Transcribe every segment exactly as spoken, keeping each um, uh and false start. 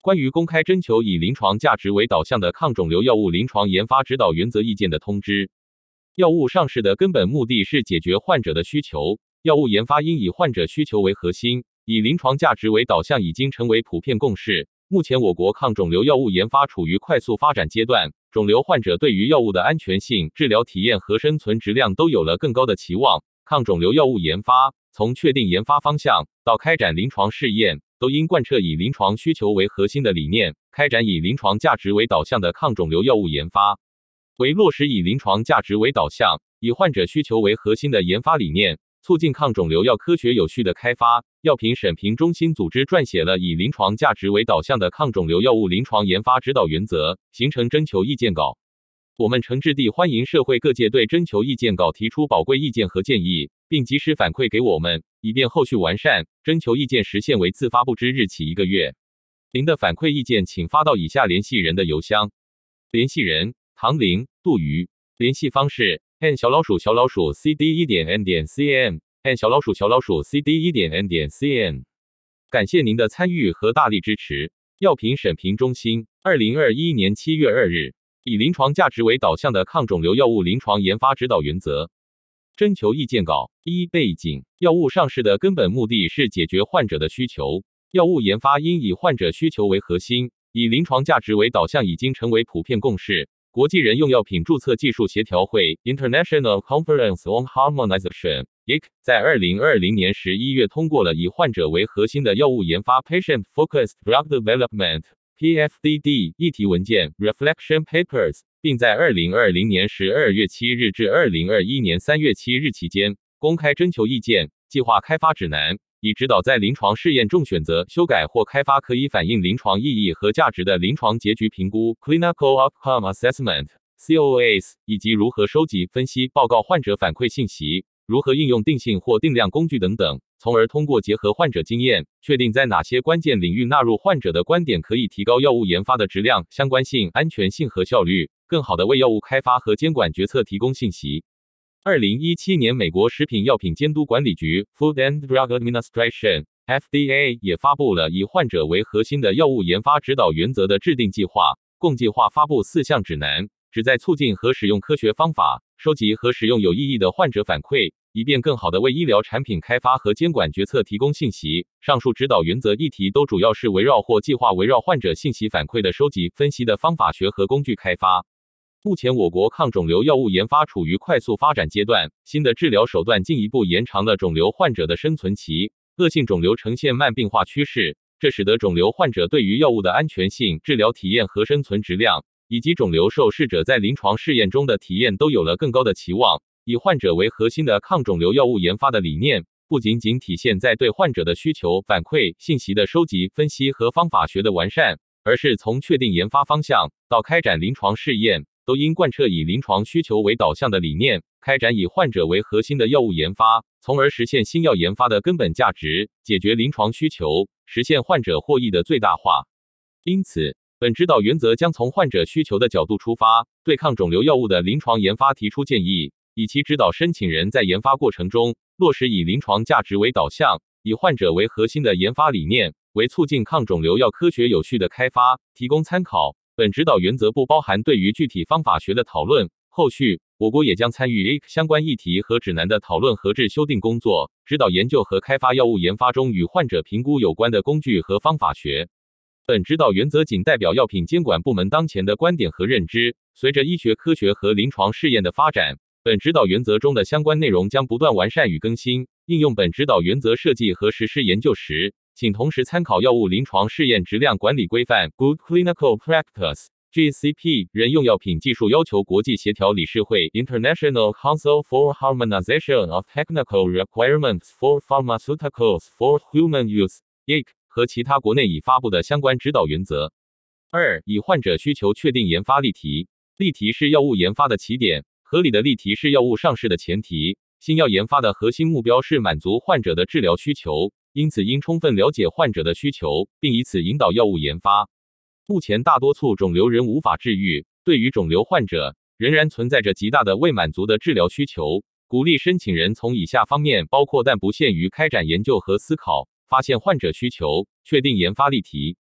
关于公开征求以临床价值为导向的抗肿瘤药物临床研发指导原则意见的通知。药物上市的根本目的是解决患者的需求，药物研发应以患者需求为核心，以临床价值为导向已经成为普遍共识。目前我国抗肿瘤药物研发处于快速发展阶段，肿瘤患者对于药物的安全性、治疗体验和生存质量都有了更高的期望。抗肿瘤药物研发从确定研发方向到开展临床试验，都应贯彻以临床需求为核心的理念，开展以临床价值为导向的抗肿瘤药物研发。为落实以临床价值为导向、以患者需求为核心的研发理念，促进抗肿瘤药科学有序的开发，药品审评中心组织撰写了以临床价值为导向的抗肿瘤药物临床研发指导原则，形成征求意见稿。我们诚挚地欢迎社会各界对征求意见稿提出宝贵意见和建议，并及时反馈给我们，以便后续完善。征求意见时限为自发布之日起一个月。您的反馈意见请发到以下联系人的邮箱。联系人：唐玲、杜瑜。联系方式 ：n 小老鼠小老鼠 c d 一点 n 点 c m n 小老鼠小老鼠 c d 一点 n 点 c m。感谢您的参与和大力支持。药品审评中心，二零二一年七月二日。以临床价值为导向的抗肿瘤药物临床研发指导原则。征求意见稿。一、背景：药物上市的根本目的是解决患者的需求，药物研发应以患者需求为核心，以临床价值为导向已经成为普遍共识。国际人用药品注册技术协调会 International Conference on Harmonization I C 在二零二零年十一月通过了以患者为核心的药物研发 Patient Focused Drug Development P F D D 议题文件 Reflection Papers， 并在二零二零年十二月七日至二零二一年三月七日期间公开征求意见，计划开发指南，以指导在临床试验中选择、修改或开发可以反映临床意义和价值的临床结局评估 Clinical Outcome Assessment C O As， 以及如何收集、分析、报告患者反馈信息，如何应用定性或定量工具等等，从而通过结合患者经验，确定在哪些关键领域纳入患者的观点，可以提高药物研发的质量、相关性、安全性和效率，更好地为药物开发和监管决策提供信息。二零一七年，美国食品药品监督管理局 Food and Drug Administration F D A 也发布了以患者为核心的药物研发指导原则的制定计划，共计划发布四项指南，旨在促进和使用科学方法，收集和使用有意义的患者反馈，以便更好地为医疗产品开发和监管决策提供信息。上述指导原则议题都主要是围绕或计划围绕患者信息反馈的收集、分析的方法学和工具开发。目前我国抗肿瘤药物研发处于快速发展阶段，新的治疗手段进一步延长了肿瘤患者的生存期，恶性肿瘤呈现慢病化趋势，这使得肿瘤患者对于药物的安全性、治疗体验和生存质量，以及肿瘤受试者在临床试验中的体验都有了更高的期望。以患者为核心的抗肿瘤药物研发的理念，不仅仅体现在对患者的需求、反馈、信息的收集、分析和方法学的完善，而是从确定研发方向到开展临床试验，都应贯彻以临床需求为导向的理念，开展以患者为核心的药物研发，从而实现新药研发的根本价值，解决临床需求，实现患者获益的最大化。因此，本指导原则将从患者需求的角度出发，对抗肿瘤药物的临床研发提出建议，以其指导申请人在研发过程中落实以临床价值为导向、以患者为核心的研发理念，为促进抗肿瘤药科学有序的开发提供参考。本指导原则不包含对于具体方法学的讨论，后续我国也将参与 I C 相关议题和指南的讨论和制修订工作，指导研究和开发药物研发中与患者评估有关的工具和方法学。本指导原则仅代表药品监管部门当前的观点和认知，随着医学科学和临床试验的发展，本指导原则中的相关内容将不断完善与更新。应用本指导原则设计和实施研究时，请同时参考药物临床试验质量管理规范 Good Clinical Practice G C P 人用药品技术要求国际协调理事会 International Council for Harmonization of Technical Requirements for Pharmaceuticals for Human Use I C 和其他国内已发布的相关指导原则。二、以患者需求确定研发例题。例题是药物研发的起点，合理的例题是药物上市的前提。新药研发的核心目标是满足患者的治疗需求，因此应充分了解患者的需求，并以此引导药物研发。目前大多数肿瘤仍无法治愈，对于肿瘤患者仍然存在着极大的未满足的治疗需求。鼓励申请人从以下方面包括但不限于开展研究和思考，发现患者需求，确定研发例题。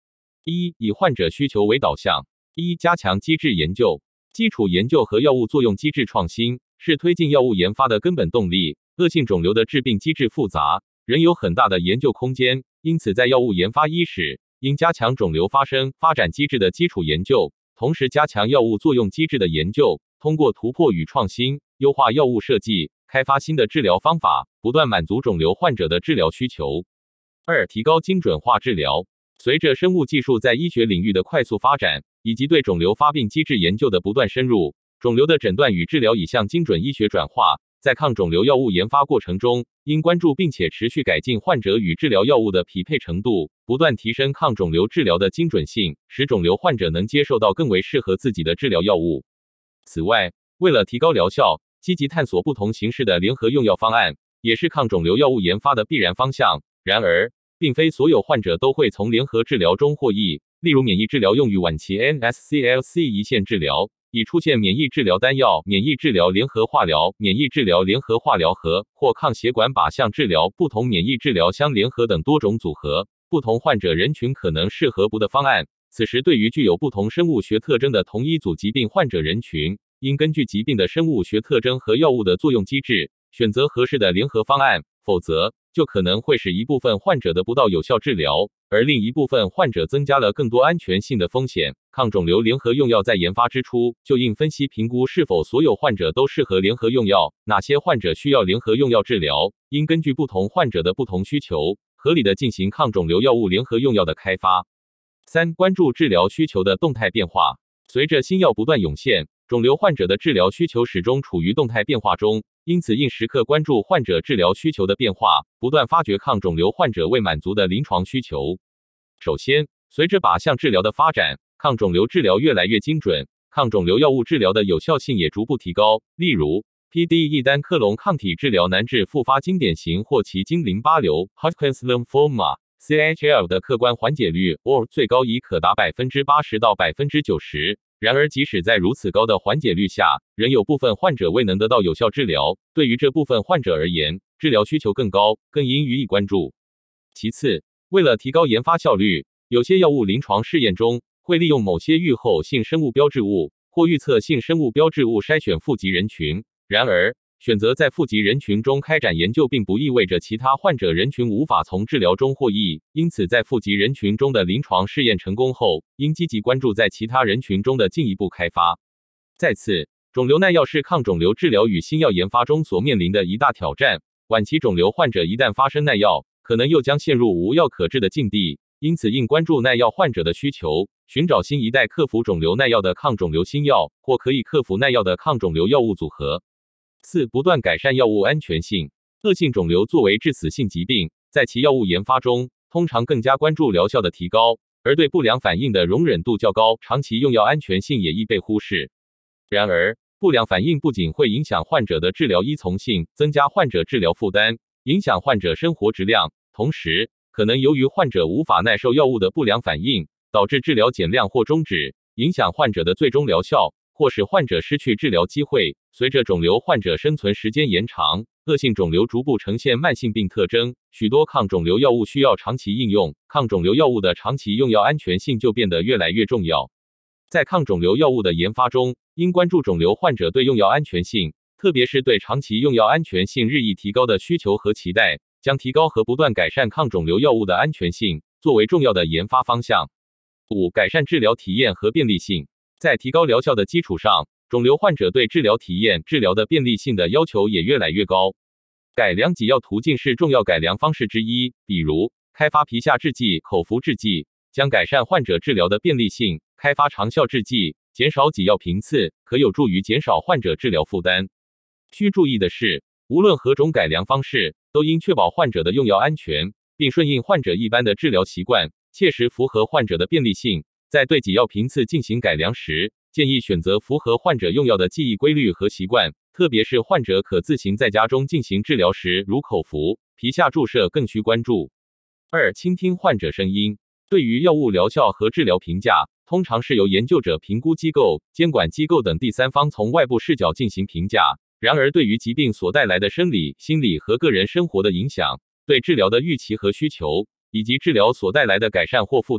一、以患者需求为导向。一、加强机制研究。基础研究和药物作用机制创新是推进药物研发的根本动力。恶性肿瘤的致病机制复杂，仍有很大的研究空间，因此在药物研发伊始，应加强肿瘤发生、发展机制的基础研究，同时加强药物作用机制的研究，通过突破与创新，优化药物设计，开发新的治疗方法，不断满足肿瘤患者的治疗需求。二、提高精准化治疗。随着生物技术在医学领域的快速发展，以及对肿瘤发病机制研究的不断深入，肿瘤的诊断与治疗已向精准医学转化。在抗肿瘤药物研发过程中，应关注并且持续改进患者与治疗药物的匹配程度，不断提升抗肿瘤治疗的精准性，使肿瘤患者能接受到更为适合自己的治疗药物。此外，为了提高疗效，积极探索不同形式的联合用药方案，也是抗肿瘤药物研发的必然方向。然而，并非所有患者都会从联合治疗中获益，例如免疫治疗用于晚期 N S C L C 胰腺治疗，已出现免疫治疗单药、免疫治疗联合化疗、免疫治疗联合化疗和或抗血管靶向治疗不同免疫治疗相联合等多种组合，不同患者人群可能适合不的方案。此时对于具有不同生物学特征的同一组疾病患者人群，应根据疾病的生物学特征和药物的作用机制，选择合适的联合方案，否则就可能会使一部分患者得不到有效治疗，而另一部分患者增加了更多安全性的风险。抗肿瘤联合用药在研发之初，就应分析评估是否所有患者都适合联合用药，哪些患者需要联合用药治疗，应根据不同患者的不同需求，合理的进行抗肿瘤药物联合用药的开发。三、关注治疗需求的动态变化。随着新药不断涌现，肿瘤患者的治疗需求始终处于动态变化中，因此应时刻关注患者治疗需求的变化，不断发掘抗肿瘤患者未满足的临床需求。首先，随着靶向治疗的发展，抗肿瘤治疗越来越精准，抗肿瘤药物治疗的有效性也逐步提高。例如 P D E 单克隆抗体治疗难治复发经典型或其经淋巴瘤 Hodgkin's lymphoma C H L 的客观缓解率 or 最高已可达 百分之八十 到 百分之九十。然而即使在如此高的缓解率下，仍有部分患者未能得到有效治疗，对于这部分患者而言，治疗需求更高，更应予以关注。其次，为了提高研发效率，有些药物临床试验中会利用某些预后性生物标志物或预测性生物标志物筛选富集人群。然而，选择在富集人群中开展研究并不意味着其他患者人群无法从治疗中获益，因此在富集人群中的临床试验成功后，应积极关注在其他人群中的进一步开发。再次，肿瘤耐药是抗肿瘤治疗与新药研发中所面临的一大挑战。晚期肿瘤患者一旦发生耐药，可能又将陷入无药可治的境地，因此应关注耐药患者的需求，寻找新一代克服肿瘤耐药的抗肿瘤新药，或可以克服耐药的抗肿瘤药物组合。四、不断改善药物安全性。恶性肿瘤作为致死性疾病，在其药物研发中，通常更加关注疗效的提高，而对不良反应的容忍度较高，长期用药安全性也易被忽视。然而，不良反应不仅会影响患者的治疗依从性，增加患者治疗负担，影响患者生活质量，同时可能由于患者无法耐受药物的不良反应，导致治疗减量或终止，影响患者的最终疗效，或使患者失去治疗机会。随着肿瘤患者生存时间延长，恶性肿瘤逐步呈现慢性病特征，许多抗肿瘤药物需要长期应用，抗肿瘤药物的长期用药安全性就变得越来越重要。在抗肿瘤药物的研发中，应关注肿瘤患者对用药安全性，特别是对长期用药安全性日益提高的需求和期待，将提高和不断改善抗肿瘤药物的安全性作为重要的研发方向。五、改善治疗体验和便利性。在提高疗效的基础上，肿瘤患者对治疗体验、治疗的便利性的要求也越来越高。改良给药途径是重要改良方式之一，比如开发皮下制剂、口服制剂，将改善患者治疗的便利性；开发长效制剂，减少给药频次，可有助于减少患者治疗负担。需注意的是，无论何种改良方式，都应确保患者的用药安全，并顺应患者一般的治疗习惯，切实符合患者的便利性。在对给药频次进行改良时，建议选择符合患者用药的记忆规律和习惯，特别是患者可自行在家中进行治疗时，如口服、皮下注射更需关注。二、倾听患者声音。对于药物疗效和治疗评价，通常是由研究者、评估机构、监管机构等第三方从外部视角进行评价。然而，对于疾病所带来的生理、心理和个人生活的影响，对治疗的预期和需求，以及治疗所带来的改善或负担，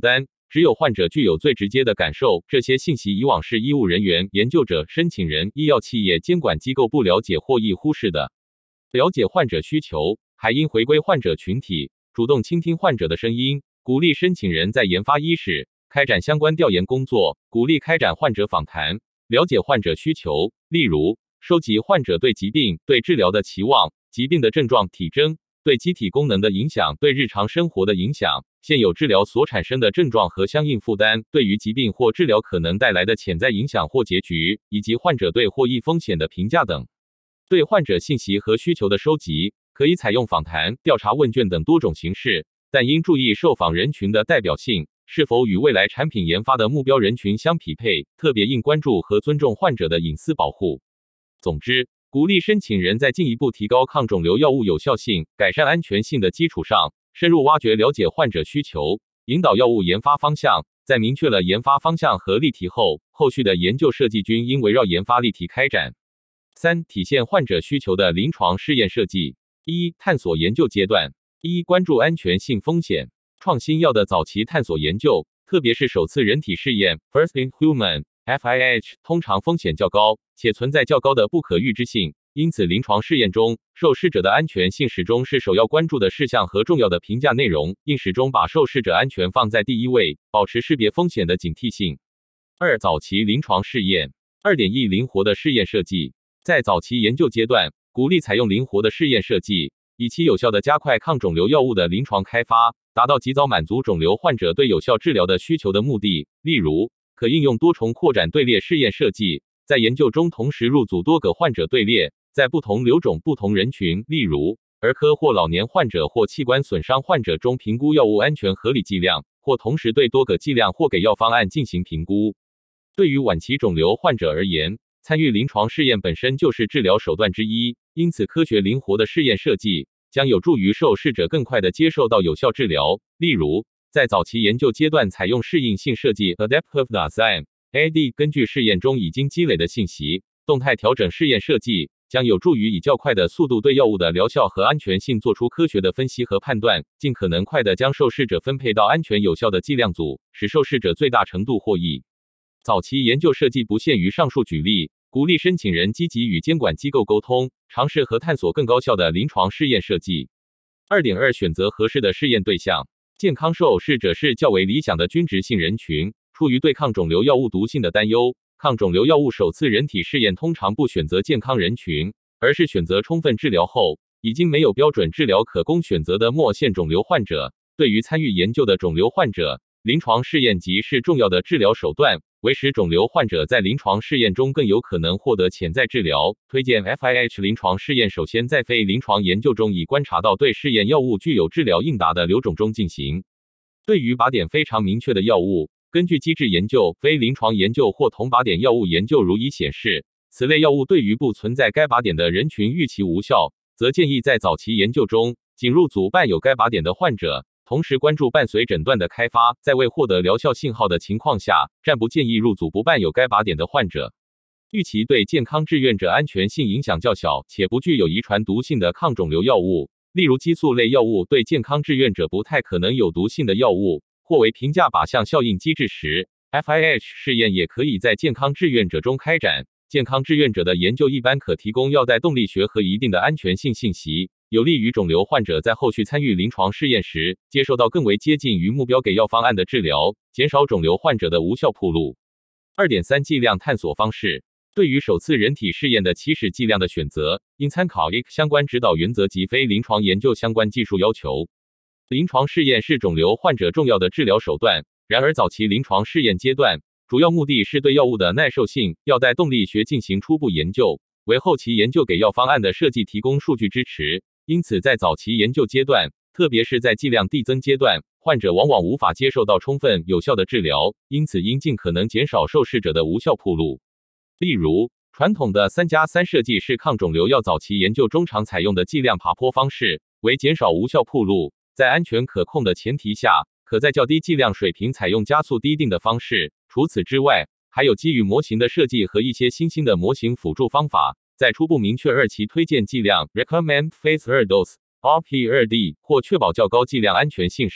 只有患者具有最直接的感受，这些信息以往是医务人员、研究者、申请人、医药企业、监管机构不了解或易忽视的。了解患者需求，还应回归患者群体，主动倾听患者的声音，鼓励申请人在研发伊始开展相关调研工作，鼓励开展患者访谈，了解患者需求，例如收集患者对疾病、对治疗的期望、疾病的症状、体征、对机体功能的影响、对日常生活的影响、现有治疗所产生的症状和相应负担、对于疾病或治疗可能带来的潜在影响或结局，以及患者对或易风险的评价等。对患者信息和需求的收集，可以采用访谈、调查问卷等多种形式，但应注意受访人群的代表性是否与未来产品研发的目标人群相匹配，特别应关注和尊重患者的隐私保护。总之，鼓励申请人在进一步提高抗肿瘤药物有效性、改善安全性的基础上，深入挖掘了解患者需求，引导药物研发方向。在明确了研发方向和例题后，后续的研究设计均应围绕研发例题开展。三、体现患者需求的临床试验设计。一、探索研究阶段。一、关注安全性风险。创新药的早期探索研究，特别是首次人体试验 （First in Human，F I H） 通常风险较高，且存在较高的不可预知性，因此临床试验中，受试者的安全性始终是首要关注的事项和重要的评价内容，应始终把受试者安全放在第一位，保持识别风险的警惕性。二、早期临床试验。二点一、灵活的试验设计。在早期研究阶段，鼓励采用灵活的试验设计，以其有效地加快抗肿瘤药物的临床开发，达到及早满足肿瘤患者对有效治疗的需求的目的。例如，可应用多重扩展队列试验设计，在研究中同时入组多个患者队列，在不同瘤种、不同人群，例如儿科或老年患者或器官损伤患者中评估药物安全合理剂量，或同时对多个剂量或给药方案进行评估。对于晚期肿瘤患者而言，参与临床试验本身就是治疗手段之一，因此科学灵活的试验设计将有助于受试者更快地接受到有效治疗。例如，在早期研究阶段采用适应性设计 （Adaptive Design，A D）， 根据试验中已经积累的信息，动态调整试验设计，将有助于以较快的速度对药物的疗效和安全性做出科学的分析和判断，尽可能快地将受试者分配到安全有效的剂量组，使受试者最大程度获益。早期研究设计不限于上述举例，鼓励申请人积极与监管机构沟通，尝试和探索更高效的临床试验设计。二点二 选择合适的试验对象。健康受试者是较为理想的均值性人群，出于对抗肿瘤药物毒性的担忧，抗肿瘤药物首次人体试验通常不选择健康人群，而是选择充分治疗后已经没有标准治疗可供选择的末线肿瘤患者。对于参与研究的肿瘤患者，临床试验即是重要的治疗手段，为使肿瘤患者在临床试验中更有可能获得潜在治疗，推荐 F I H 临床试验首先在非临床研究中以观察到对试验药物具有治疗应答的瘤种中进行。对于靶点非常明确的药物，根据机制研究、非临床研究或同靶点药物研究如已显示，此类药物对于不存在该靶点的人群预期无效，则建议在早期研究中仅入组伴有该靶点的患者，同时关注伴随诊断的开发，在未获得疗效信号的情况下，暂不建议入组不伴有该靶点的患者。预期对健康志愿者安全性影响较小且不具有遗传毒性的抗肿瘤药物，例如激素类药物对健康志愿者不太可能有毒性的药物，或为评价靶向效应机制时 ，F I H 试验也可以在健康志愿者中开展。健康志愿者的研究一般可提供药代动力学和一定的安全性信息，有利于肿瘤患者在后续参与临床试验时，接受到更为接近于目标给药方案的治疗，减少肿瘤患者的无效暴露。二点三 剂量探索方式。对于首次人体试验的起始剂量的选择，应参考 I C 相关指导原则及非临床研究相关技术要求。临床试验是肿瘤患者重要的治疗手段，然而早期临床试验阶段，主要目的是对药物的耐受性、药代动力学进行初步研究，为后期研究给药方案的设计提供数据支持。因此，在早期研究阶段，特别是在剂量递增阶段，患者往往无法接受到充分有效的治疗，因此应尽可能减少受试者的无效暴露。例如，传统的三加三设计是抗肿瘤药早期研究中常采用的剂量爬坡方式，为减少无效暴露，在安全可控的前提下，可在较低剂量水平采用加速滴定的方式。除此之外，还有基于模型的设计和一些新兴的模型辅助方法，在初步明确二期推荐剂量 recommend phase 二 dose R P 二 D 或确保较高剂量安全性时，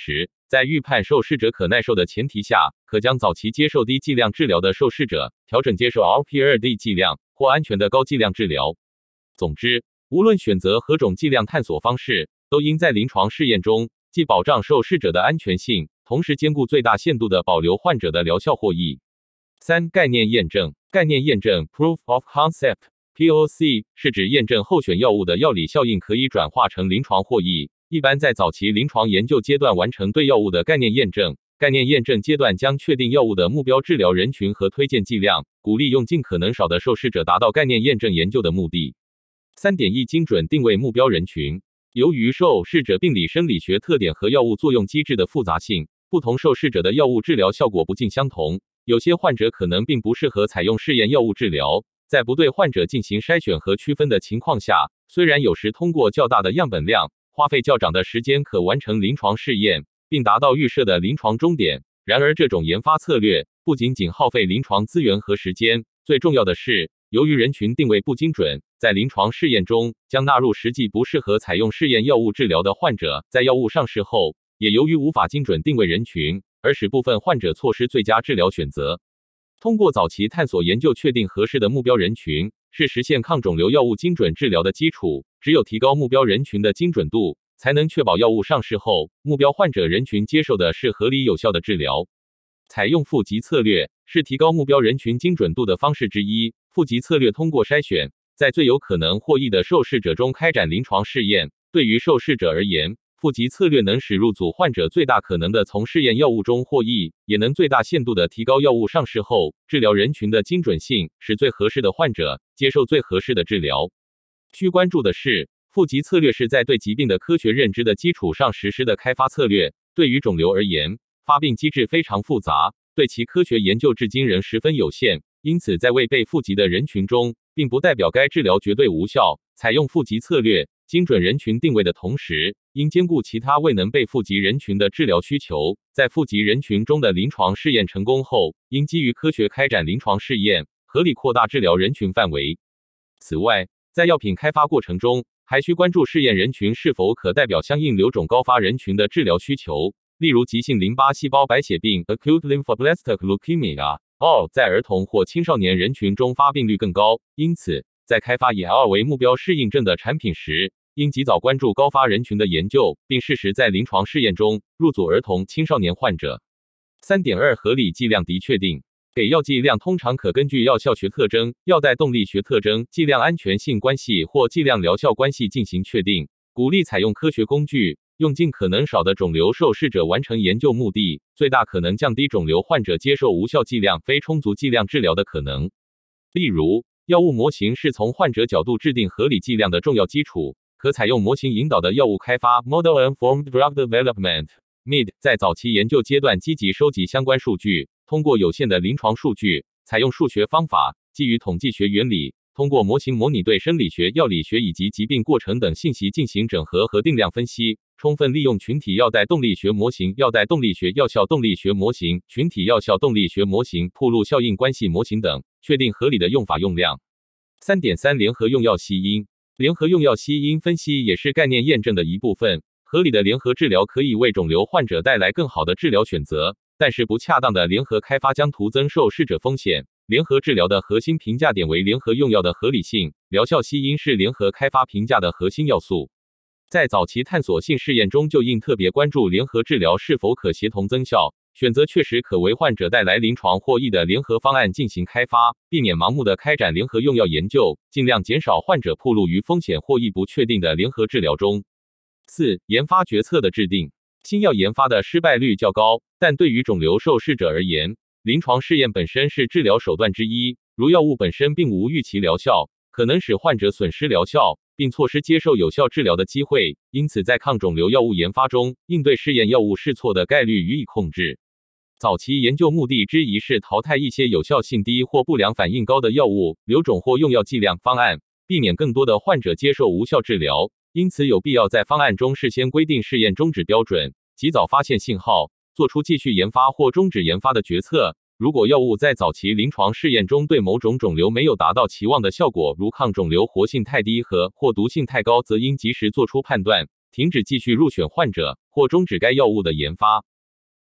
在预判受试者可耐受的前提下，可将早期接受低剂量治疗的受试者调整接受 R P 二 低剂量或安全的高剂量治疗。总之，无论选择何种剂量探索方式，都应在临床试验中既保障受试者的安全性，同时兼顾最大限度地保留患者的疗效获益。三、概念验证。概念验证 （Proof of Concept）P O C 是指验证候选药物的药理效应可以转化成临床获益。一般在早期临床研究阶段完成对药物的概念验证。概念验证阶段将确定药物的目标治疗人群和推荐剂量，鼓励用尽可能少的受试者达到概念验证研究的目的。三点一精准定位目标人群。由于受试者病理生理学特点和药物作用机制的复杂性，不同受试者的药物治疗效果不尽相同，有些患者可能并不适合采用试验药物治疗。在不对患者进行筛选和区分的情况下，虽然有时通过较大的样本量，花费较长的时间可完成临床试验，并达到预设的临床终点，然而这种研发策略不仅仅耗费临床资源和时间，最重要的是，由于人群定位不精准，在临床试验中将纳入实际不适合采用试验药物治疗的患者，在药物上市后，也由于无法精准定位人群，而使部分患者错失最佳治疗选择。通过早期探索研究确定合适的目标人群，是实现抗肿瘤药物精准治疗的基础。只有提高目标人群的精准度，才能确保药物上市后，目标患者人群接受的是合理有效的治疗。采用负极策略是提高目标人群精准度的方式之一。负极策略通过筛选，在最有可能获益的受试者中开展临床试验。对于受试者而言，负极策略能使入组患者最大可能的从试验药物中获益，也能最大限度地提高药物上市后治疗人群的精准性，使最合适的患者接受最合适的治疗。需关注的是，负极策略是在对疾病的科学认知的基础上实施的开发策略。对于肿瘤而言，发病机制非常复杂，对其科学研究至今仍十分有限，因此在未被负极的人群中，并不代表该治疗绝对无效。采用负极策略精准人群定位的同时，应兼顾其他未能被负极人群的治疗需求。在负极人群中的临床试验成功后，应基于科学开展临床试验，合理扩大治疗人群范围。此外，在药品开发过程中，还需关注试验人群是否可代表相应瘤肿高发人群的治疗需求，例如急性淋巴细胞白血病 （Acute Lymphoblastic Leukemia）。在儿童或青少年人群中发病率更高，因此，在开发以 L 为目标适应症的产品时，应及早关注高发人群的研究，并适时在临床试验中入组儿童、青少年患者。三点二 合理剂量的确定。给药剂量通常可根据药效学特征、药代动力学特征、剂量安全性关系或剂量疗效关系进行确定。鼓励采用科学工具，用尽可能少的肿瘤受试者完成研究目的，最大可能降低肿瘤患者接受无效剂量、非充足剂量治疗的可能。例如，药物模型是从患者角度制定合理剂量的重要基础，可采用模型引导的药物开发 （Model-Informed Drug Development，M I D） 在早期研究阶段积极收集相关数据。通过有限的临床数据，采用数学方法，基于统计学原理，通过模型模拟对生理学、药理学以及疾病过程等信息进行整合和定量分析，充分利用群体药代动力学模型、药代动力学、药效动力学模型、群体药效动力学模型、铺路效应关系模型等，确定合理的用法用量。三点三 联合用药吸因。联合用药吸因分析也是概念验证的一部分。合理的联合治疗可以为肿瘤患者带来更好的治疗选择，但是不恰当的联合开发将徒增受试者风险。联合治疗的核心评价点为联合用药的合理性，疗效吸因是联合开发评价的核心要素。在早期探索性试验中就应特别关注联合治疗是否可协同增效，选择确实可为患者带来临床获益的联合方案进行开发，避免盲目的开展联合用药研究，尽量减少患者暴露于风险获益不确定的联合治疗中。四、研发决策的制定。新药研发的失败率较高，但对于肿瘤受试者而言，临床试验本身是治疗手段之一，如药物本身并无预期疗效，可能使患者损失疗效，并错失接受有效治疗的机会。因此，在抗肿瘤药物研发中，应对试验药物试错的概率予以控制。早期研究目的之一是淘汰一些有效性低或不良反应高的药物、瘤种或用药剂量方案，避免更多的患者接受无效治疗。因此，有必要在方案中事先规定试验终止标准，及早发现信号，做出继续研发或终止研发的决策。如果药物在早期临床试验中对某种肿瘤没有达到期望的效果，如抗肿瘤活性太低和或毒性太高，则应及时做出判断，停止继续入选患者或终止该药物的研发。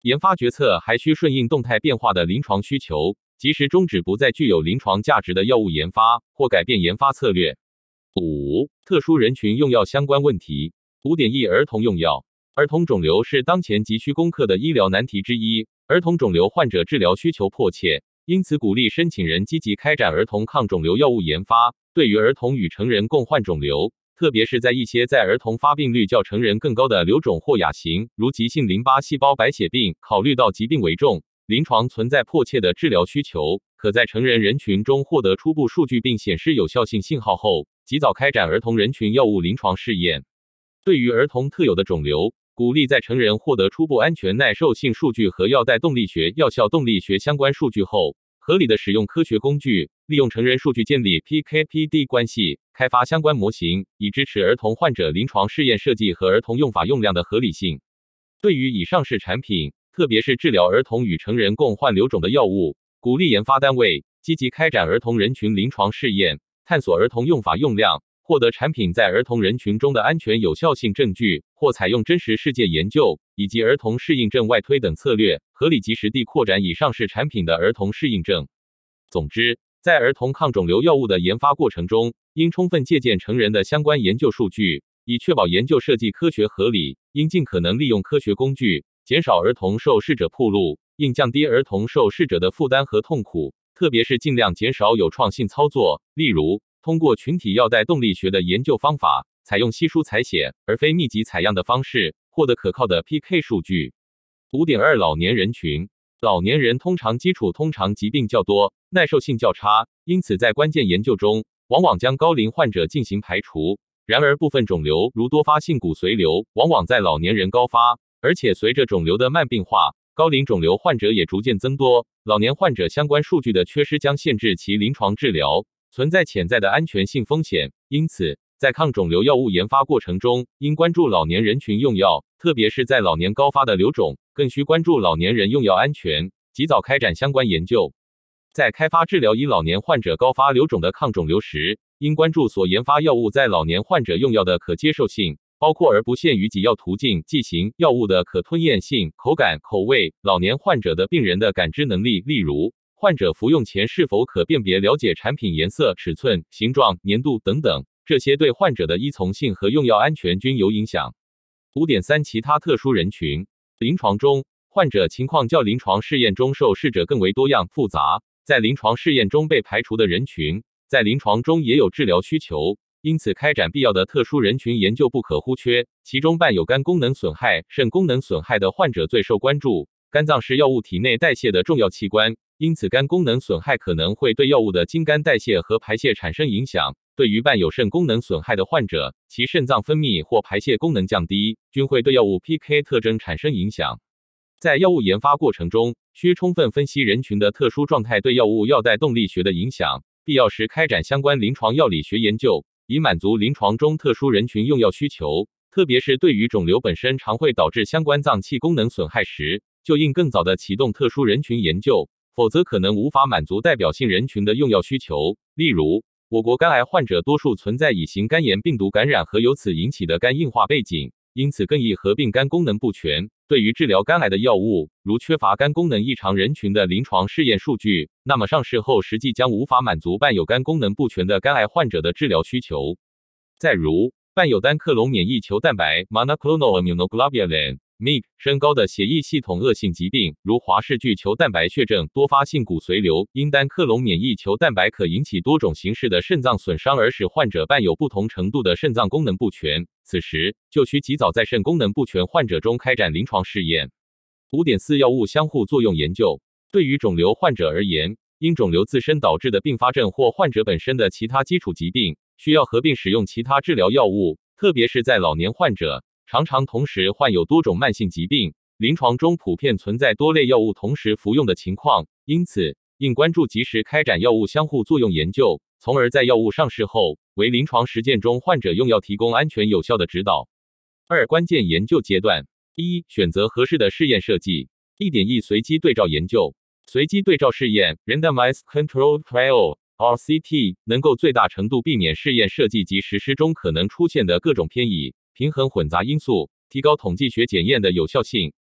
研发决策还需顺应动态变化的临床需求，及时终止不再具有临床价值的药物研发，或改变研发策略。五、特殊人群用药相关问题。五点一儿童用药。儿童肿瘤是当前急需攻克的医疗难题之一，儿童肿瘤患者治疗需求迫切，因此鼓励申请人积极开展儿童抗肿瘤药物研发。对于儿童与成人共患肿瘤，特别是在一些在儿童发病率较成人更高的瘤种或亚型，如急性淋巴细胞白血病，考虑到疾病为重，临床存在迫切的治疗需求，可在成人人群中获得初步数据并显示有效性信号后，及早开展儿童人群药物临床试验。对于儿童特有的肿瘤，鼓励在成人获得初步安全耐受性数据和药代动力学、药效动力学相关数据后，合理的使用科学工具，利用成人数据建立 P K P D 关系，开发相关模型，以支持儿童患者临床试验设计和儿童用法用量的合理性。对于已上市产品，特别是治疗儿童与成人共患瘤种的药物，鼓励研发单位积极开展儿童人群临床试验，探索儿童用法用量，获得产品在儿童人群中的安全有效性证据，或采用真实世界研究以及儿童适应症外推等策略，合理及时地扩展已上市产品的儿童适应症。总之，在儿童抗肿瘤药物的研发过程中，应充分借鉴成人的相关研究数据，以确保研究设计科学合理，应尽可能利用科学工具，减少儿童受试者暴露，应降低儿童受试者的负担和痛苦，特别是尽量减少有创性操作，例如通过群体药代动力学的研究方法，采用稀疏采血而非密集采样的方式，获得可靠的 P K 数据。五点二 老年人群。老年人通常基础通常疾病较多，耐受性较差，因此在关键研究中，往往将高龄患者进行排除。然而部分肿瘤如多发性骨髓瘤，往往在老年人高发，而且随着肿瘤的慢病化，高龄肿瘤患者也逐渐增多。老年患者相关数据的缺失将限制其临床治疗，存在潜在的安全性风险。因此，在抗肿瘤药物研发过程中，应关注老年人群用药，特别是在老年高发的瘤种，更需关注老年人用药安全，及早开展相关研究。在开发治疗以老年患者高发瘤种的抗肿瘤时，应关注所研发药物在老年患者用药的可接受性，包括而不限于给药途径、剂型、药物的可吞咽性、口感、口味、老年患者的病人的感知能力，例如患者服用前是否可辨别了解产品颜色、尺寸、形状、粘度等等，这些对患者的依从性和用药安全均有影响。五点三 其他特殊人群。临床中，患者情况较临床试验中受试者更为多样复杂，在临床试验中被排除的人群，在临床中也有治疗需求，因此开展必要的特殊人群研究不可或缺，其中伴有肝功能损害、肾功能损害的患者最受关注。肝脏是药物体内代谢的重要器官，因此肝功能损害可能会对药物的经肝代谢和排泄产生影响。对于伴有肾功能损害的患者，其肾脏分泌或排泄功能降低，均会对药物 P K 特征产生影响。在药物研发过程中，需充分分析人群的特殊状态对药物药代动力学的影响，必要时开展相关临床药理学研究，以满足临床中特殊人群用药需求。特别是对于肿瘤本身常会导致相关脏器功能损害时，就应更早的启动特殊人群研究，否则可能无法满足代表性人群的用药需求。例如，我国肝癌患者多数存在乙型肝炎病毒感染和由此引起的肝硬化背景，因此更易合并肝功能不全。对于治疗肝癌的药物，如缺乏肝功能异常人群的临床试验数据，那么上市后实际将无法满足伴有肝功能不全的肝癌患者的治疗需求。再如，伴有单克隆免疫球蛋白 monoclonal immunoglobulin M I C 升高的血液系统恶性疾病，如华氏巨球蛋白血症、多发性骨髓瘤，因单克隆免疫球蛋白可引起多种形式的肾脏损伤而使患者伴有不同程度的肾脏功能不全，此时就需及早在肾功能不全患者中开展临床试验。五点四 药物相互作用研究。对于肿瘤患者而言，因肿瘤自身导致的并发症或患者本身的其他基础疾病，需要合并使用其他治疗药物，特别是在老年患者，常常同时患有多种慢性疾病，临床中普遍存在多类药物同时服用的情况，因此应关注及时开展药物相互作用研究，从而在药物上市后，为临床实践中患者用药提供安全有效的指导。二、关键研究阶段。一、选择合适的试验设计。一点一 随机对照研究。随机对照试验 Randomized Control Trial R C T 能够最大程度避免试验设计及实施中可能出现的各种偏倚，平衡混杂因素，提高统计学检验的有效性。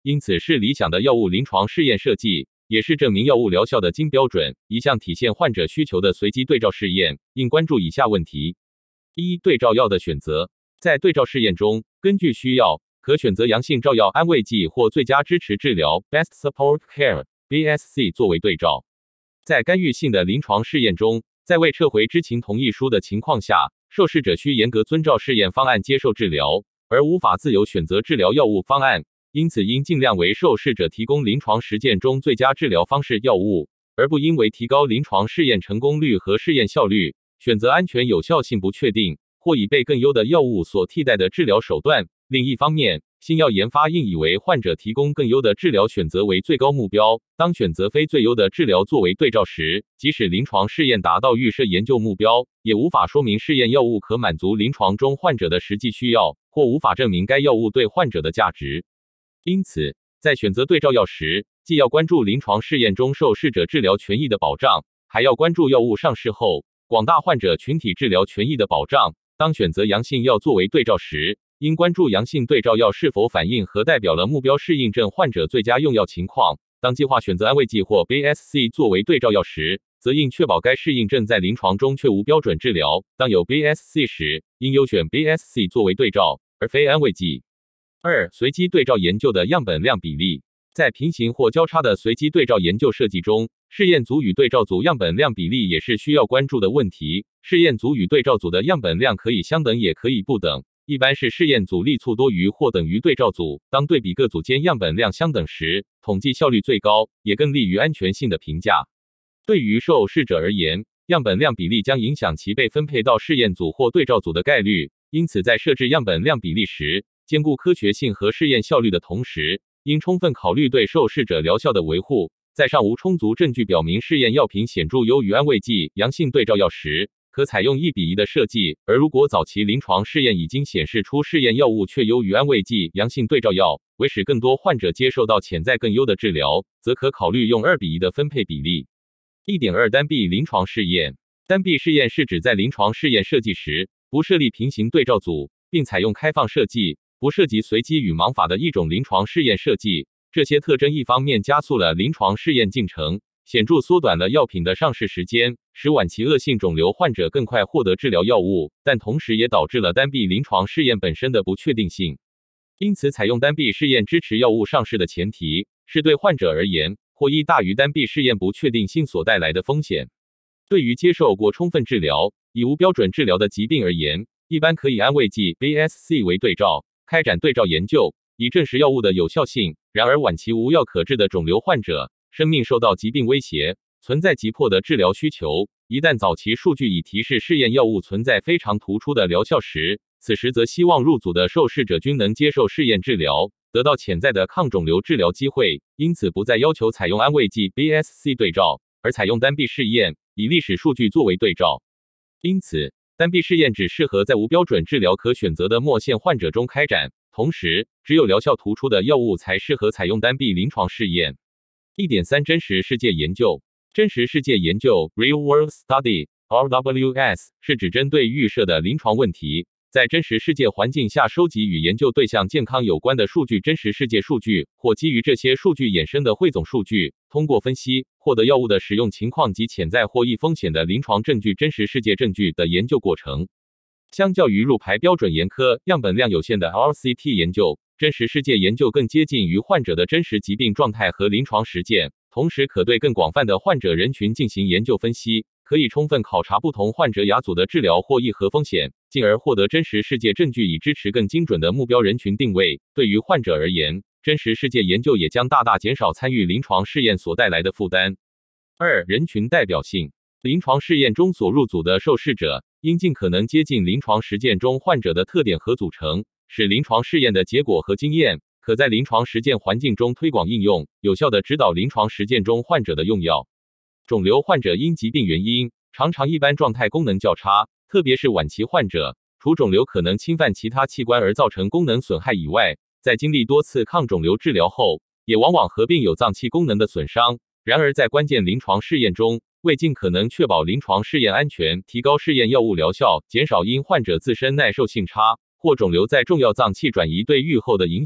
因此是理想的药物临床试验设计，也是证明药物疗效的金标准。一项体现患者需求的随机对照试验，应关注以下问题：一、对照药的选择。在对照试验中，根据需要，可选择阳性照药安慰剂或最佳支持治疗 （Best Support Care，B S C） 作为对照。在干预性的临床试验中，在未撤回知情同意书的情况下，受试者需严格遵照试验方案接受治疗，而无法自由选择治疗药物方案。因此，应尽量为受试者提供临床实践中最佳治疗方式药物，而不因为提高临床试验成功率和试验效率，选择安全有效性不确定或已被更优的药物所替代的治疗手段。另一方面，新药研发应以为患者提供更优的治疗选择为最高目标。当选择非最优的治疗作为对照时，即使临床试验达到预设研究目标，也无法说明试验药物可满足临床中患者的实际需要，或无法证明该药物对患者的价值。因此，在选择对照药时，既要关注临床试验中受试者治疗权益的保障，还要关注药物上市后广大患者群体治疗权益的保障。当选择阳性药作为对照时，应关注阳性对照药是否反映和代表了目标适应症患者最佳用药情况。当计划选择安慰剂或 B S C 作为对照药时，则应确保该适应症在临床中确无标准治疗。当有 B S C 时，应优选 B S C 作为对照，而非安慰剂。二、随机对照研究的样本量比例。在平行或交叉的随机对照研究设计中，试验组与对照组样本量比例也是需要关注的问题。试验组与对照组的样本量可以相等也可以不等，一般是试验组力促多于或等于对照组。当对比各组间样本量相等时，统计效率最高，也更利于安全性的评价。对于受试者而言，样本量比例将影响其被分配到试验组或对照组的概率，因此在设置样本量比例时，兼顾科学性和试验效率的同时，应充分考虑对受试者疗效的维护。在尚无充足证据表明试验药品显著优于安慰剂阳性对照药时，可采用一比一的设计。而如果早期临床试验已经显示出试验药物却优于安慰剂阳性对照药，为使更多患者接受到潜在更优的治疗，则可考虑用二比一的分配比例。一点二 单臂临床试验。单臂试验是指在临床试验设计时，不设立平行对照组，并采用开放设计，不涉及随机与盲法的一种临床试验设计。这些特征一方面加速了临床试验进程，显著缩短了药品的上市时间，使晚期恶性肿瘤患者更快获得治疗药物，但同时也导致了单臂临床试验本身的不确定性。因此，采用单臂试验支持药物上市的前提，是对患者而言，获益大于单臂试验不确定性所带来的风险。对于接受过充分治疗、已无标准治疗的疾病而言，一般可以安慰剂 B S C 为对照，开展对照研究，以证实药物的有效性。然而，晚期无药可治的肿瘤患者，生命受到疾病威胁，存在急迫的治疗需求。一旦早期数据已提示试验药物存在非常突出的疗效时，此时则希望入组的受试者均能接受试验治疗，得到潜在的抗肿瘤治疗机会。因此，不再要求采用安慰剂 B S C 对照，而采用单臂试验，以历史数据作为对照。因此，单臂试验只适合在无标准治疗可选择的末线患者中开展。同时，只有疗效突出的药物才适合采用单臂临床试验。一点三 真实世界研究。真实世界研究 Real World Study R W S 是指针对预设的临床问题，在真实世界环境下收集与研究对象健康有关的数据。真实世界数据或基于这些数据衍生的汇总数据，通过分析获得药物的使用情况及潜在或易风险的临床证据。真实世界证据的研究过程相较于入排标准严苛、样本量有限的 R C T 研究，真实世界研究更接近于患者的真实疾病状态和临床实践，同时可对更广泛的患者人群进行研究分析，可以充分考察不同患者亚组的治疗或易和风险，进而获得真实世界证据以支持更精准的目标人群定位。对于患者而言，真实世界研究也将大大减少参与临床试验所带来的负担。二、人群代表性。临床试验中所入组的受试者，应尽可能接近临床实践中患者的特点和组成，使临床试验的结果和经验可在临床实践环境中推广应用，有效地指导临床实践中患者的用药。肿瘤患者因疾病原因，常常一般状态功能较差，特别是晚期患者，除肿瘤可能侵犯其他器官而造成功能损害以外，在经历多次抗肿瘤治疗后，也往往合并有脏器功能的损伤。然而在关键临床试验中，为尽可能确保临床试验安全，提高试验药物疗效，减少因患者自身耐受性差或肿瘤在重要脏器转移对预后的影响，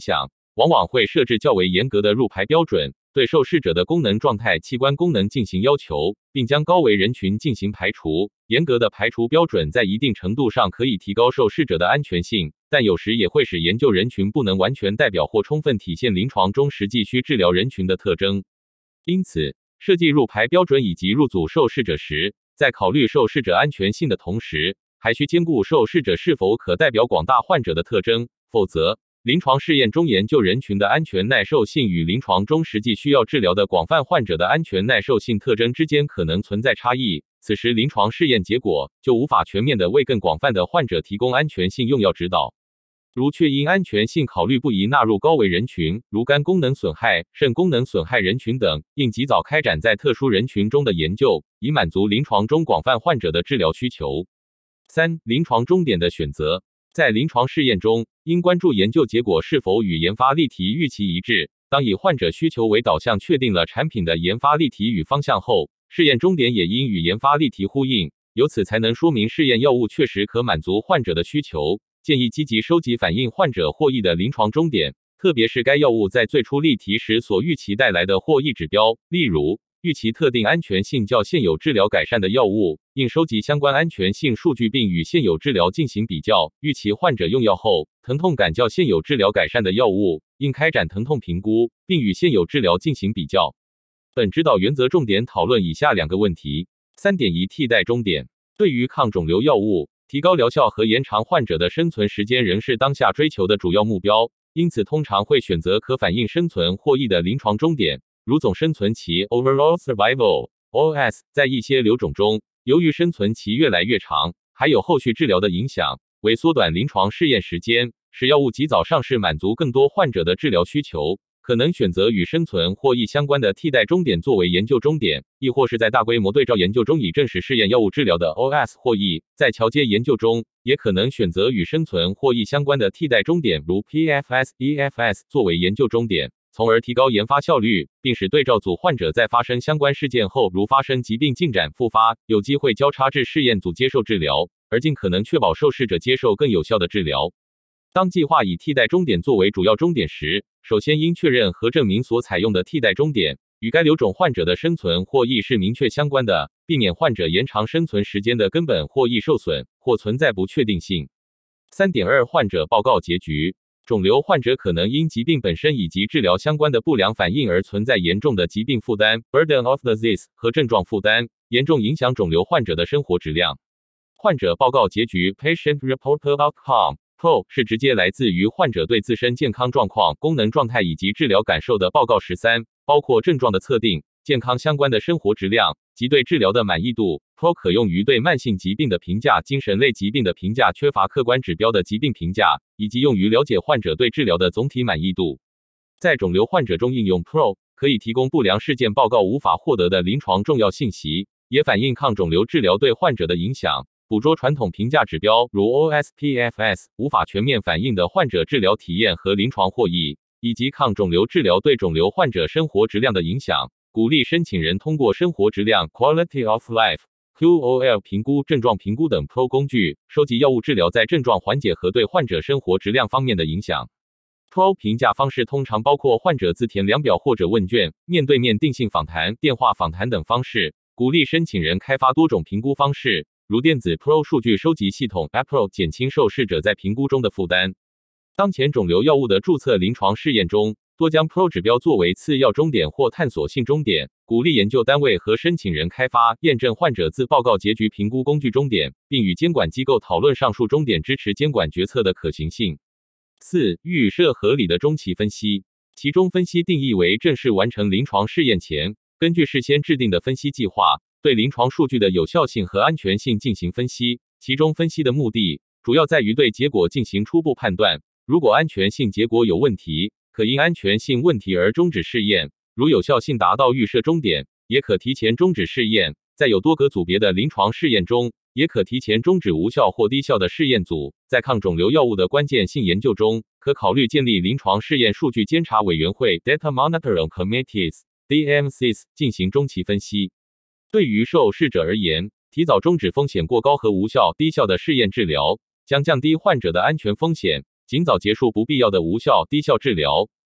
往往会设置较为严格的入排标准，对受试者的功能状态、器官功能进行要求，并将高危人群进行排除。严格的排除标准在一定程度上可以提高受试者的安全性，但有时也会使研究人群不能完全代表或充分体现临床中实际需治疗人群的特征。因此，设计入排标准以及入组受试者时，在考虑受试者安全性的同时，还需兼顾受试者是否可代表广大患者的特征，否则，临床试验中研究人群的安全耐受性与临床中实际需要治疗的广泛患者的安全耐受性特征之间可能存在差异，此时临床试验结果就无法全面地为更广泛的患者提供安全性用药指导。如确因安全性考虑不宜纳入高危人群，如肝功能损害、肾功能损害人群等，应及早开展在特殊人群中的研究，以满足临床中广泛患者的治疗需求。三、临床终点的选择。在临床试验中，应关注研究结果是否与研发议题预期一致。当以患者需求为导向确定了产品的研发议题与方向后，试验终点也应与研发议题呼应，由此才能说明试验药物确实可满足患者的需求。建议积极收集反映患者获益的临床终点，特别是该药物在最初例题时所预期带来的获益指标，例如预期特定安全性较现有治疗改善的药物，应收集相关安全性数据并与现有治疗进行比较。预期患者用药后疼痛感较现有治疗改善的药物，应开展疼痛评估，并与现有治疗进行比较。本指导原则重点讨论以下两个问题。三点一替代终点。对于抗肿瘤药物，提高疗效和延长患者的生存时间仍是当下追求的主要目标，因此通常会选择可反映生存获益的临床终点，如总生存期 overall survival。O S 在一些瘤种中，由于生存期越来越长，还有后续治疗的影响，为缩短临床试验时间，使药物及早上市满足更多患者的治疗需求，可能选择与生存获益相关的替代终点作为研究终点，亦或是在大规模对照研究中已证实试验药物治疗的 O S 获益，在桥接研究中，也可能选择与生存获益相关的替代终点，如 P F S、E F S 作为研究终点，从而提高研发效率，并使对照组患者在发生相关事件后，如发生疾病进展复发，有机会交叉至试验组接受治疗，而尽可能确保受试者接受更有效的治疗。当计划以替代终点作为主要终点时，首先应确认和证明所采用的替代终点与该瘤种患者的生存获益是明确相关的，避免患者延长生存时间的根本获益受损或存在不确定性。三点二 患者报告结局。肿瘤患者可能因疾病本身以及治疗相关的不良反应而存在严重的疾病负担 burden of disease 和症状负担，严重影响肿瘤患者的生活质量。患者报告结局 patient reported outcome P R O 是直接来自于患者对自身健康状况、功能状态以及治疗感受的报告。十三，包括症状的测定、健康相关的生活质量及对治疗的满意度。P R O 可用于对慢性疾病的评价、精神类疾病的评价、缺乏客观指标的疾病评价，以及用于了解患者对治疗的总体满意度。在肿瘤患者中应用 P R O 可以提供不良事件报告无法获得的临床重要信息，也反映抗肿瘤治疗对患者的影响。捕捉传统评价指标如 O S P F S 无法全面反映的患者治疗体验和临床获益，以及抗肿瘤治疗对肿瘤患者生活质量的影响。鼓励申请人通过生活质量 Quality of Life、Q O L 评估、症状评估等 P R O 工具，收集药物治疗在症状缓解和对患者生活质量方面的影响。P R O 评价方式通常包括患者自填量表或者问卷、面对面定性访谈、电话访谈等方式，鼓励申请人开发多种评估方式。如电子 P R O 数据收集系统 A P R O 减轻受试者在评估中的负担。当前肿瘤药物的注册临床试验中，多将 P R O 指标作为次要终点或探索性终点，鼓励研究单位和申请人开发、验证患者自报告结局评估工具终点，并与监管机构讨论上述终点支持监管决策的可行性。四、预设合理的中期分析。其中分析定义为正式完成临床试验前，根据事先制定的分析计划，对临床数据的有效性和安全性进行分析，其中分析的目的主要在于对结果进行初步判断。如果安全性结果有问题，可因安全性问题而终止试验；如有效性达到预设终点，也可提前终止试验。在有多个组别的临床试验中，也可提前终止无效或低效的试验组。在抗肿瘤药物的关键性研究中，可考虑建立临床试验数据监察委员会 （Data Monitoring Committees，D M Cs） 进行中期分析。对于受试者而言，提早终止风险过高和无效、低效的试验治疗，将降低患者的安全风险，尽早结束不必要的无效、低效治疗，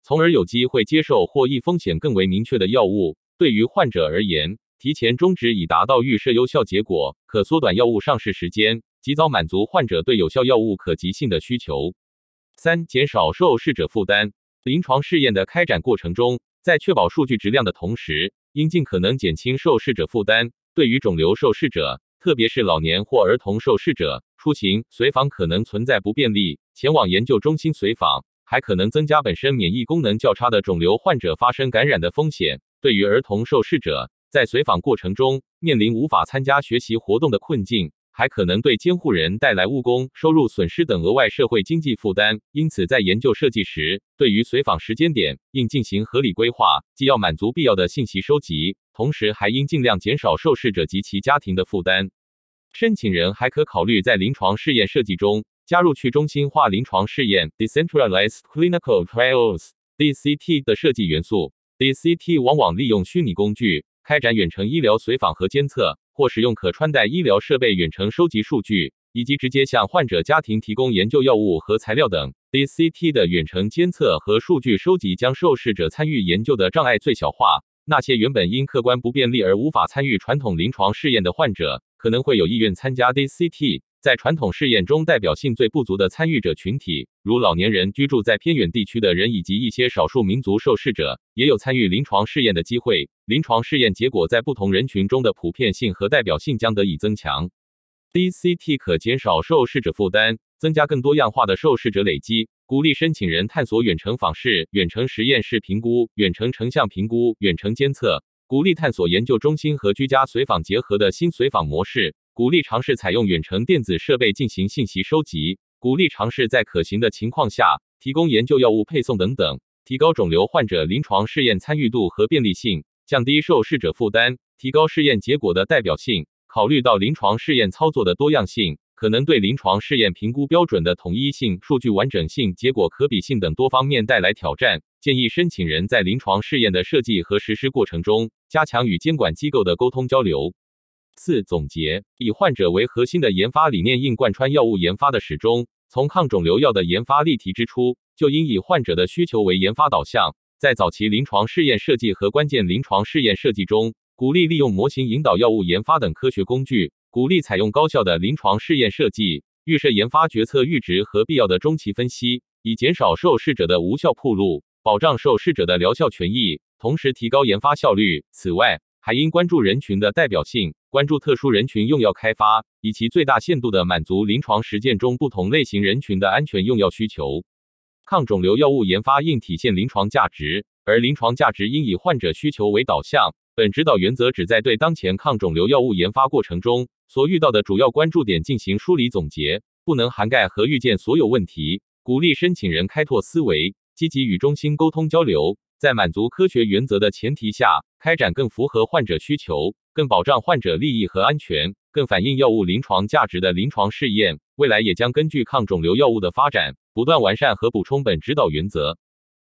从而有机会接受或易风险更为明确的药物。对于患者而言，提前终止已达到预设有效结果，可缩短药物上市时间，及早满足患者对有效药物可及性的需求。三、减少受试者负担。临床试验的开展过程中，在确保数据质量的同时，应尽可能减轻受试者负担。对于肿瘤受试者，特别是老年或儿童受试者，出行、随访可能存在不便利，前往研究中心随访，还可能增加本身免疫功能较差的肿瘤患者发生感染的风险。对于儿童受试者，在随访过程中面临无法参加学习活动的困境，还可能对监护人带来误工、收入损失等额外社会经济负担。因此，在研究设计时，对于随访时间点应进行合理规划，既要满足必要的信息收集，同时还应尽量减少受试者及其家庭的负担。申请人还可考虑在临床试验设计中加入去中心化临床试验 （Decentralized Clinical Trials，D C T） 的设计元素。D C T 往往利用虚拟工具开展远程医疗随访和监测，或使用可穿戴医疗设备远程收集数据，以及直接向患者家庭提供研究药物和材料等。D C T 的远程监测和数据收集将受试者参与研究的障碍最小化。那些原本因客观不便利而无法参与传统临床试验的患者，可能会有意愿参加 D C T。在传统试验中代表性最不足的参与者群体，如老年人、居住在偏远地区的人以及一些少数民族受试者，也有参与临床试验的机会。临床试验结果在不同人群中的普遍性和代表性将得以增强。D C T 可减少受试者负担，增加更多样化的受试者累积，鼓励申请人探索远程访视、远程实验室评估、远程成像评估、远程监测，鼓励探索研究中心和居家随访结合的新随访模式，鼓励尝试采用远程电子设备进行信息收集，鼓励尝试在可行的情况下提供研究药物配送等等，提高肿瘤患者临床试验参与度和便利性，降低受试者负担，提高试验结果的代表性。考虑到临床试验操作的多样性，可能对临床试验评估标准的统一性、数据完整性、结果可比性等多方面带来挑战，建议申请人在临床试验的设计和实施过程中，加强与监管机构的沟通交流。四、总结：以患者为核心的研发理念应贯穿药物研发的始终。从抗肿瘤药的研发例题之初，就应以患者的需求为研发导向。在早期临床试验设计和关键临床试验设计中，鼓励利用模型引导药物研发等科学工具，鼓励采用高效的临床试验设计，预设研发决策阈值和必要的中期分析，以减少受试者的无效暴露，保障受试者的疗效权益，同时提高研发效率。此外，还应关注人群的代表性，关注特殊人群用药开发，以其最大限度地满足临床实践中不同类型人群的安全用药需求。抗肿瘤药物研发应体现临床价值，而临床价值应以患者需求为导向。本指导原则旨在对当前抗肿瘤药物研发过程中所遇到的主要关注点进行梳理总结，不能涵盖和预见所有问题。鼓励申请人开拓思维，积极与中心沟通交流，在满足科学原则的前提下，开展更符合患者需求、更保障患者利益和安全、更反映药物临床价值的临床试验。未来也将根据抗肿瘤药物的发展，不断完善和补充本指导原则。